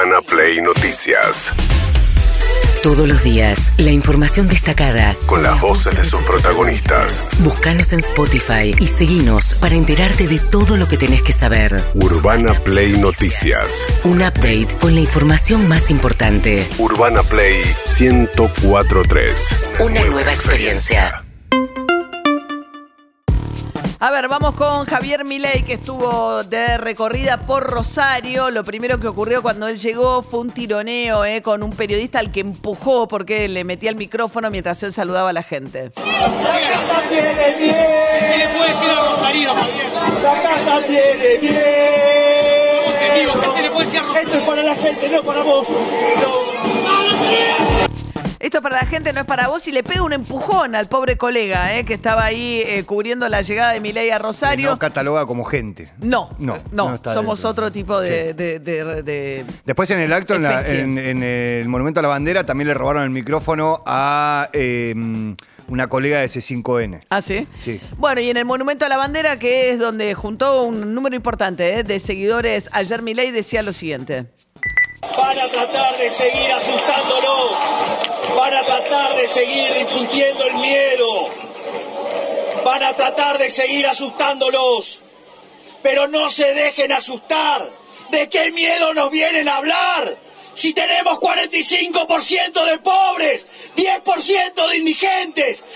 Urbana Play Noticias. Todos los días, la información destacada Con las voces de sus protagonistas. Búscanos en Spotify y seguinos para enterarte de todo lo que tenés que saber. Urbana Play Noticias. Un update con la información más importante. Urbana Play 104.3. Una nueva experiencia. A ver, vamos con Javier Milei, que estuvo de recorrida por Rosario. Lo primero que ocurrió cuando él llegó fue un tironeo con un periodista al que empujó porque le metía el micrófono mientras él saludaba a la gente. La casa tiene bien. ¿Qué se le puede decir a Rosario, Javier? La casa tiene bien. Vamos en vivo, ¿qué se le puede decir a Rosario? Esto es para la gente, no para vos. Esto para la gente, no es para vos, y le pega un empujón al pobre colega que estaba ahí cubriendo la llegada de Milei a Rosario. No cataloga como gente. No, está somos dentro. otro tipo de... Sí. Después en el acto, en el Monumento a la Bandera, también le robaron el micrófono a una colega de C5N. ¿Ah, sí? Sí. Bueno, y en el Monumento a la Bandera, que es donde juntó un número importante de seguidores, ayer Milei decía lo siguiente. Van a tratar de seguir asustándolos. Van a tratar de seguir difundiendo el miedo. Van a tratar de seguir asustándolos. Pero no se dejen asustar. ¿De qué miedo nos vienen a hablar? Si tenemos 45% de pobres, 10% de indigentes,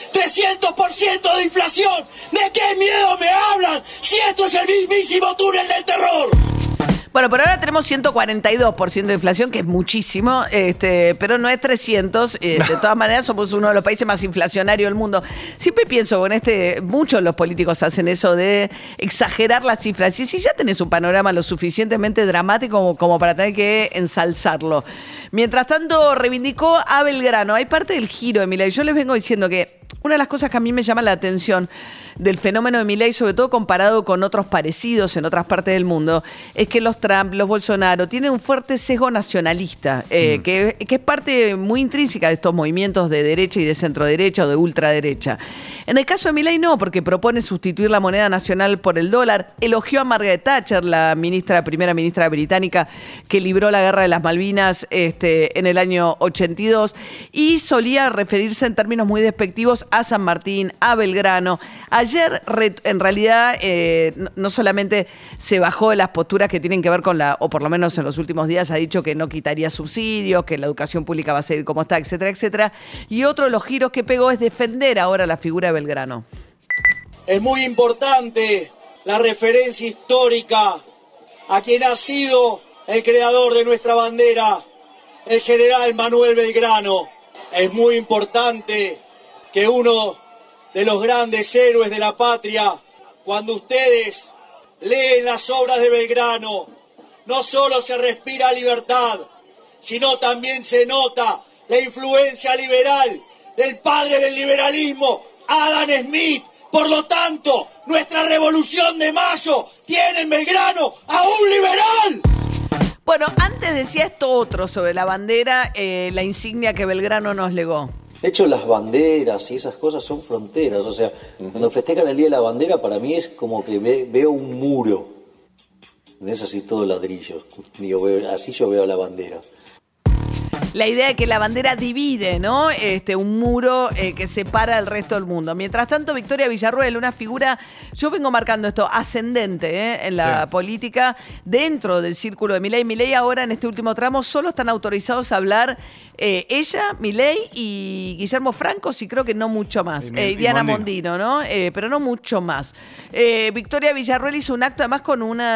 300% de inflación, ¿de qué miedo me hablan? Si esto es el mismísimo túnel del terror. Bueno, por ahora tenemos 142% de inflación, que es muchísimo, pero no es 300. De todas maneras, somos uno de los países más inflacionarios del mundo. Siempre pienso, muchos de los políticos hacen eso de exagerar las cifras. Y si ya tenés un panorama lo suficientemente dramático como para tener que ensalzarlo. Mientras tanto, reivindicó a Belgrano. Hay parte del giro de Milei. Yo les vengo diciendo que una de las cosas que a mí me llama la atención del fenómeno de Milei, sobre todo comparado con otros parecidos en otras partes del mundo, es que los Trump, los Bolsonaro, tienen un fuerte sesgo nacionalista, que es parte muy intrínseca de estos movimientos de derecha y de centroderecha o de ultraderecha. En el caso de Milei no, porque propone sustituir la moneda nacional por el dólar, elogió a Margaret Thatcher, la primera ministra británica que libró la guerra de las Malvinas en el año 82, y solía referirse en términos muy despectivos a San Martín, a Belgrano. Ayer, en realidad, no solamente se bajó de las posturas que tienen que ver con o por lo menos en los últimos días ha dicho que no quitaría subsidios, que la educación pública va a seguir como está, etcétera, etcétera. Y otro de los giros que pegó es defender ahora la figura de Belgrano. Es muy importante la referencia histórica a quien ha sido el creador de nuestra bandera, el general Manuel Belgrano. Es muy importante que uno de los grandes héroes de la patria, cuando ustedes leen las obras de Belgrano, no solo se respira libertad, sino también se nota la influencia liberal del padre del liberalismo, Adam Smith. Por lo tanto, nuestra Revolución de Mayo tiene en Belgrano a un liberal. Bueno, antes decía esto otro sobre la bandera, la insignia que Belgrano nos legó. De hecho, las banderas y esas cosas son fronteras. O sea, cuando festejan el Día de la Bandera, para mí es como que veo un muro. De eso así, todo ladrillo. Así yo veo la bandera. La idea de que la bandera divide, ¿no? Un muro que separa el resto del mundo. Mientras tanto, Victoria Villarruel, una figura, yo vengo marcando esto, ascendente en la política, dentro del círculo de Milei. Milei ahora, en este último tramo, solo están autorizados a hablar ella, Milei y Guillermo Franco, sí, creo que no mucho más. Diana Mondino, ¿no? Pero no mucho más. Victoria Villarruel hizo un acto además con un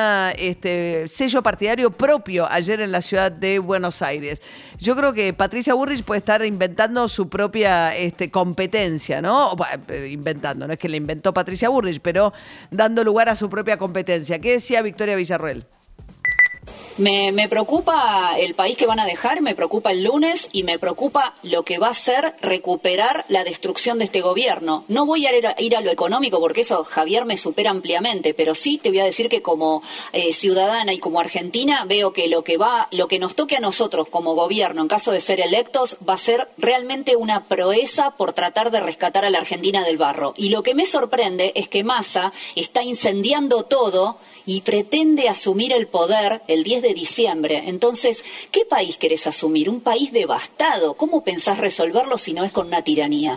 sello partidario propio ayer en la ciudad de Buenos Aires. Yo creo que Patricia Bullrich puede estar inventando su propia competencia, ¿no? Inventando, no es que la inventó Patricia Bullrich, pero dando lugar a su propia competencia. ¿Qué decía Victoria Villarruel? Me preocupa el país que van a dejar, me preocupa el lunes y me preocupa lo que va a ser recuperar la destrucción de este gobierno. No voy a ir a lo económico porque eso, Javier, me supera ampliamente, pero sí te voy a decir que como ciudadana y como argentina veo que lo que nos toque a nosotros como gobierno en caso de ser electos va a ser realmente una proeza por tratar de rescatar a la Argentina del barro. Y lo que me sorprende es que Massa está incendiando todo y pretende asumir el poder el 10 10 de diciembre. Entonces, ¿qué país querés asumir? Un país devastado. ¿Cómo pensás resolverlo si no es con una tiranía?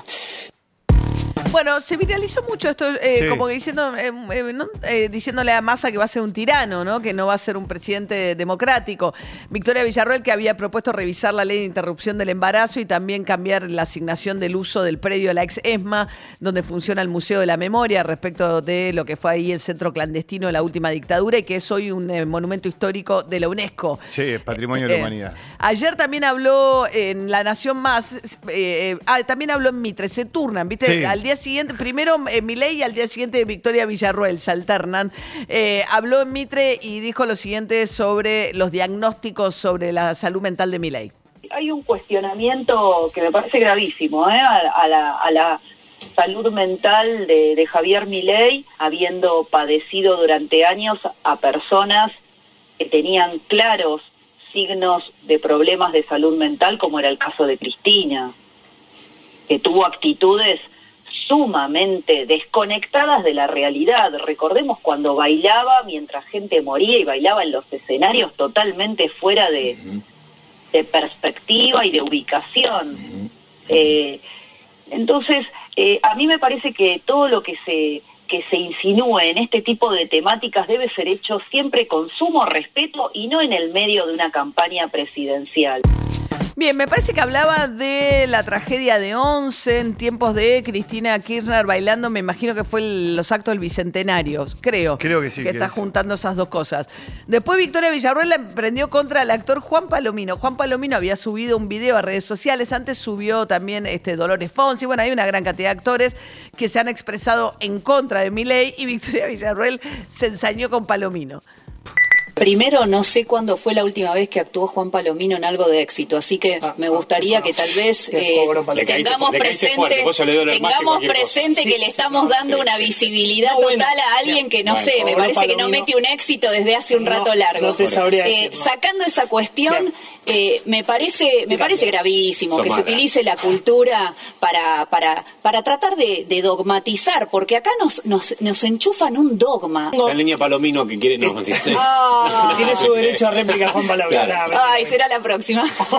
Bueno, se viralizó mucho esto, como que diciéndole a Massa que va a ser un tirano, ¿no? Que no va a ser un presidente democrático. Victoria Villarroel, que había propuesto revisar la ley de interrupción del embarazo y también cambiar la asignación del uso del predio de la ex ESMA, donde funciona el Museo de la Memoria, respecto de lo que fue ahí el centro clandestino de la última dictadura y que es hoy un monumento histórico de la UNESCO. Sí, es patrimonio de la humanidad. Ayer también habló en La Nación Más, también habló en Mitre, se turnan, ¿viste? Sí. Al día siguiente, primero Milei y al día siguiente Victoria Villarroel, se alternan. Habló en Mitre y dijo lo siguiente sobre los diagnósticos sobre la salud mental de Milei. Hay un cuestionamiento que me parece gravísimo a la salud mental de Javier Milei, habiendo padecido durante años a personas que tenían claros signos de problemas de salud mental, como era el caso de Cristina, que tuvo actitudes sumamente desconectadas de la realidad. Recordemos cuando bailaba mientras gente moría y bailaba en los escenarios totalmente fuera de perspectiva y de ubicación. Entonces, a mí me parece que todo lo que se insinúe en este tipo de temáticas debe ser hecho siempre con sumo respeto y no en el medio de una campaña presidencial. Bien, me parece que hablaba de la tragedia de Once en tiempos de Cristina Kirchner bailando, me imagino que fue los actos del Bicentenario, creo que sí. Que está juntando esas dos cosas. Después Victoria Villarroel la emprendió contra el actor Juan Palomino. Juan Palomino había subido un video a redes sociales, antes subió también Dolores Fonsi, bueno, hay una gran cantidad de actores que se han expresado en contra de Milei y Victoria Villarroel se ensañó con Palomino. Primero, no sé cuándo fue la última vez que actuó Juan Palomino en algo de éxito, así que me gustaría que tal vez tengamos presente que le estamos dando una visibilidad total a alguien que no sé, me parece que no mete un éxito desde hace un rato largo. Sacando esa cuestión, me parece gravísimo que se utilice la cultura para tratar de dogmatizar, porque acá nos enchufan un dogma. La línea Palomino que quiere nos dice. Tiene su derecho a réplica Juan Palomino. Claro. Ay, será la próxima.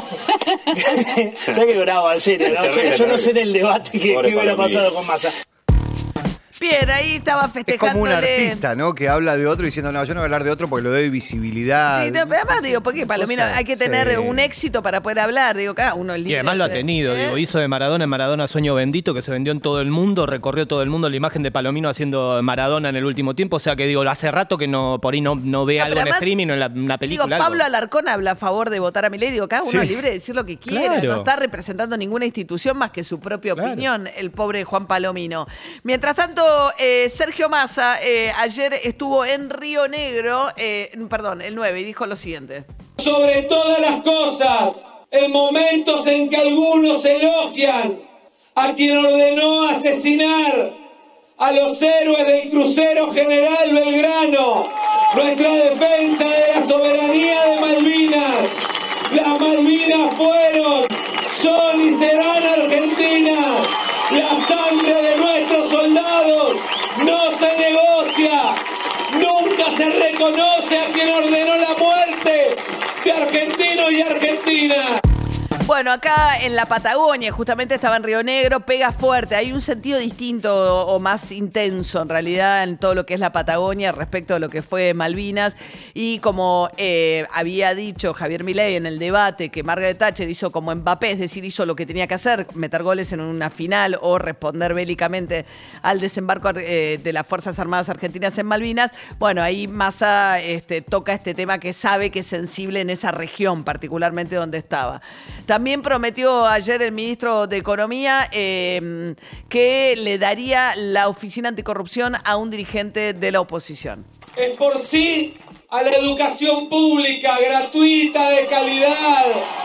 ¿Sabes qué bravo, en serio? ¿No? Yo no sé en el debate qué hubiera pasado con Massa. Bien, ahí estaba festejándole. Es como un artista, ¿no? Que habla de otro diciendo, no, yo no voy a hablar de otro porque lo doy visibilidad. Sí, además digo, porque Palomino hay que tener un éxito para poder hablar. Digo, cada uno es libre. Y además lo ha tenido, hizo de Maradona en Maradona Sueño Bendito, que se vendió en todo el mundo, recorrió todo el mundo la imagen de Palomino haciendo Maradona en el último tiempo. O sea que digo, hace rato que por ahí no ve algo en streaming o en una película. Digo, Pablo Alarcón habla a favor de votar a Milei. Digo, cada uno es libre de decir lo que quiera. Claro. No está representando ninguna institución más que su propia opinión, el pobre Juan Palomino. Mientras tanto, Sergio Massa ayer estuvo en Río Negro, el 9, y dijo lo siguiente. Sobre todas las cosas, en momentos en que algunos elogian a quien ordenó asesinar a los héroes del crucero General Belgrano, nuestra defensa de la soberanía de Malvinas. Las Malvinas fueron, son y serán Argentina. La sangre de nuestros soldados no se negocia, nunca se reconoce a quien ordenó la muerte de argentinos y argentinas. Bueno, acá en la Patagonia, justamente estaba en Río Negro, pega fuerte. Hay un sentido distinto o más intenso, en realidad, en todo lo que es la Patagonia respecto a lo que fue Malvinas. Y como había dicho Javier Milei en el debate, que Margaret Thatcher hizo como Mbappé, es decir, hizo lo que tenía que hacer, meter goles en una final o responder bélicamente al desembarco de las Fuerzas Armadas Argentinas en Malvinas. Bueno, ahí Massa toca este tema que sabe que es sensible en esa región, particularmente donde estaba. También prometió ayer el ministro de Economía que le daría la oficina anticorrupción a un dirigente de la oposición. Es por sí a la educación pública, gratuita, de calidad,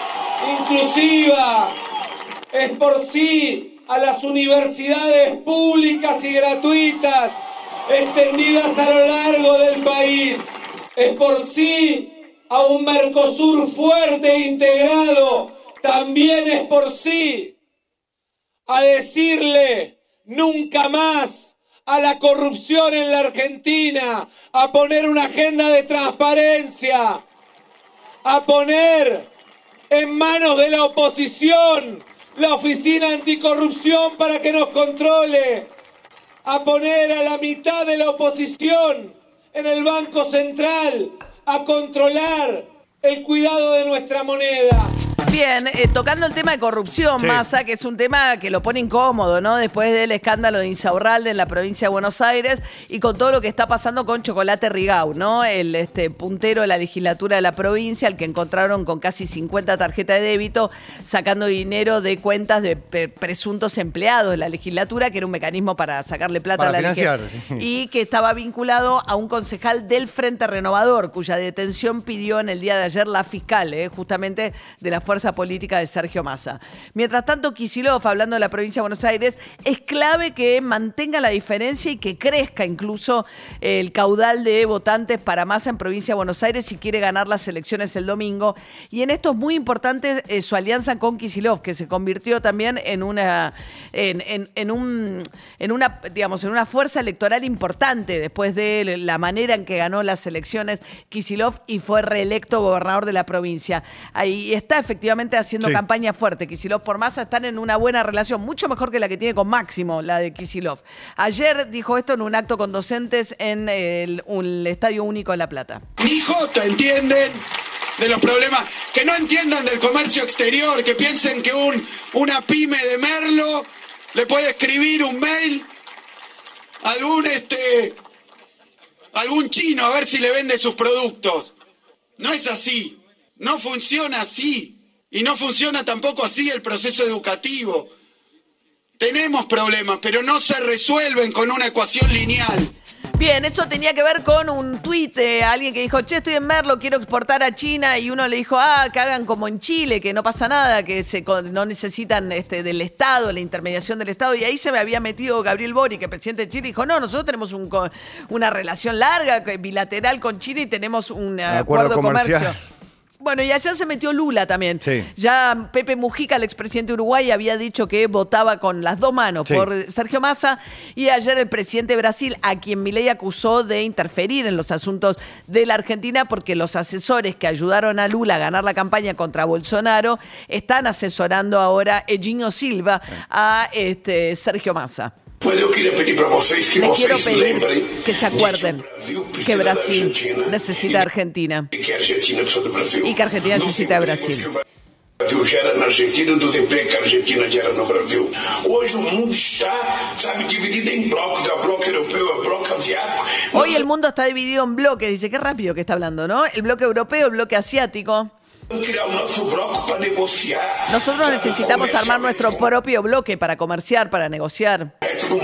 inclusiva. Es por sí a las universidades públicas y gratuitas, extendidas a lo largo del país. Es por sí a un Mercosur fuerte e integrado. También es por sí a decirle nunca más a la corrupción en la Argentina, a poner una agenda de transparencia, a poner en manos de la oposición la Oficina Anticorrupción para que nos controle, a poner a la mitad de la oposición en el Banco Central, a controlar el cuidado de nuestra moneda. Bien, tocando el tema de corrupción, sí. Massa, que es un tema que lo pone incómodo, ¿no? Después del escándalo de Insaurralde en la provincia de Buenos Aires y con todo lo que está pasando con Chocolate Rigau, ¿no? El puntero de la legislatura de la provincia, al que encontraron con casi 50 tarjetas de débito, sacando dinero de cuentas de presuntos empleados de la legislatura, que era un mecanismo para sacarle plata a la legislatura. Sí. Y que estaba vinculado a un concejal del Frente Renovador, cuya detención pidió en el día de ayer la fiscal, justamente de la fuerza política de Sergio Massa. Mientras tanto, Kicillof, hablando de la provincia de Buenos Aires, es clave que mantenga la diferencia y que crezca incluso el caudal de votantes para Massa en provincia de Buenos Aires si quiere ganar las elecciones el domingo. Y en esto es muy importante su alianza con Kicillof, que se convirtió también en una fuerza electoral importante después de la manera en que ganó las elecciones Kicillof y fue reelecto gobernador de la provincia. Ahí está efectivamente haciendo campaña fuerte. Kicillof por Massa están en una buena relación, mucho mejor que la que tiene con Máximo, la de Kicillof. Ayer dijo esto en un acto con docentes en el Estadio Único de La Plata. Ni jota entienden de los problemas, que no entiendan del comercio exterior, que piensen que una pyme de Merlo le puede escribir un mail a algún chino a ver si le vende sus productos. No es así, no funciona así. Y no funciona tampoco así el proceso educativo. Tenemos problemas, pero no se resuelven con una ecuación lineal. Bien, eso tenía que ver con un tuit de alguien que dijo, che, estoy en Merlo, quiero exportar a China, y uno le dijo, que hagan como en Chile, que no pasa nada, que no necesitan del Estado, la intermediación del Estado, y ahí se me había metido Gabriel Boric, el presidente de Chile, y dijo, no, nosotros tenemos una relación larga, bilateral con China y tenemos un acuerdo de comercio. Bueno, y ayer se metió Lula también. Sí. Ya Pepe Mujica, el expresidente de Uruguay, había dicho que votaba con las dos manos por Sergio Massa. Y ayer el presidente de Brasil, a quien Milei acusó de interferir en los asuntos de la Argentina, porque los asesores que ayudaron a Lula a ganar la campaña contra Bolsonaro están asesorando ahora Edinho Silva a Sergio Massa. Les quiero pedir que se acuerden que Brasil necesita a Argentina y que Argentina necesita a Brasil. Gera na Argentina dos empregos que a Argentina gera no Brasil. Hoje o mundo está, dividido en blocos, el bloque europeo, el bloque asiático. Hoy el mundo está dividido en bloques, dice, qué rápido que está hablando, ¿no? El bloque europeo, el bloque asiático. Nosotros necesitamos armar nuestro propio bloque para comerciar, para negociar.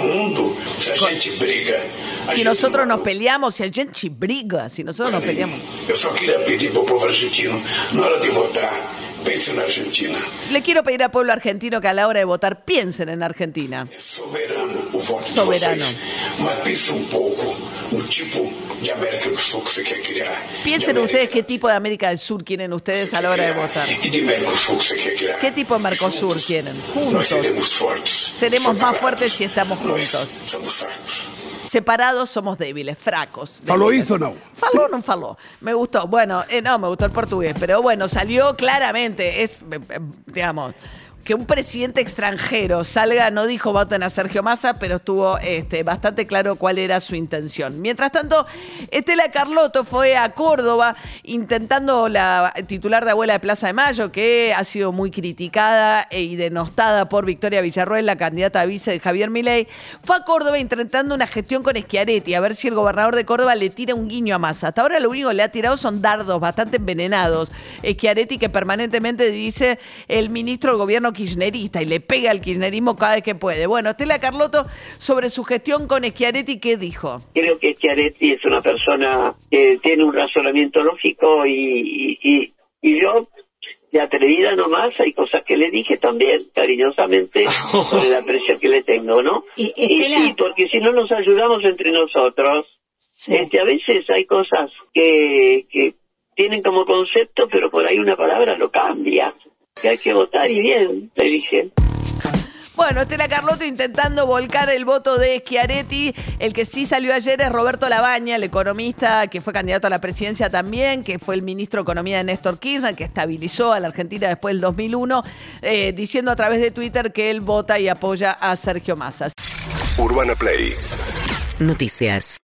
Si nosotros nos peleamos, si a gente briga, si nosotros nos peleamos. Yo solo quería pedir al pueblo argentino, na hora de votar, piensen en Argentina. Le quiero pedir al pueblo argentino que a la hora de votar piensen en Argentina. Soberano o voto soberano. De vocês, mas piensen un poco, un tipo de América del Sur que se quiere crear. Piensen ustedes qué tipo de América del Sur quieren ustedes a la hora de votar. Y de Mercosur se quiere crear. ¿Qué tipo de Mercosur quieren? Juntos. Seremos fuertes. Seremos más fuertes si estamos juntos. Somos fracos. Separados somos débiles, fracos. ¿Faló hizo o no? ¿Faló o no faló? Me gustó. Bueno, no, me gustó el portugués, pero bueno, salió claramente. Es, digamos, que un presidente extranjero salga, no dijo voten a Sergio Massa, pero estuvo bastante claro cuál era su intención. Mientras tanto, Estela Carlotto fue a Córdoba intentando, la titular de Abuela de Plaza de Mayo, que ha sido muy criticada y denostada por Victoria Villarroel, la candidata a vice de Javier Milei, fue a Córdoba intentando una gestión con Schiaretti, a ver si el gobernador de Córdoba le tira un guiño a Massa. Hasta ahora lo único que le ha tirado son dardos bastante envenenados. Schiaretti, que permanentemente dice el ministro del gobierno kirchnerista y le pega al kirchnerismo cada vez que puede. Bueno, Estela Carlotto, sobre su gestión con Schiaretti, ¿qué dijo? Creo que Schiaretti es una persona que tiene un razonamiento lógico y yo, de atrevida nomás, hay cosas que le dije también, cariñosamente, por el aprecio que le tengo, ¿no? Y sí, porque si no nos ayudamos entre nosotros, a veces hay cosas que tienen como concepto, pero por ahí una palabra lo cambia. Que hay que votar y bien, le dije. Bueno, Estela Carlotto intentando volcar el voto de Schiaretti. El que sí salió ayer es Roberto Labaña, el economista que fue candidato a la presidencia también, que fue el ministro de Economía de Néstor Kirchner, que estabilizó a la Argentina después del 2001, diciendo a través de Twitter que él vota y apoya a Sergio Massa. Urbana Play. Noticias.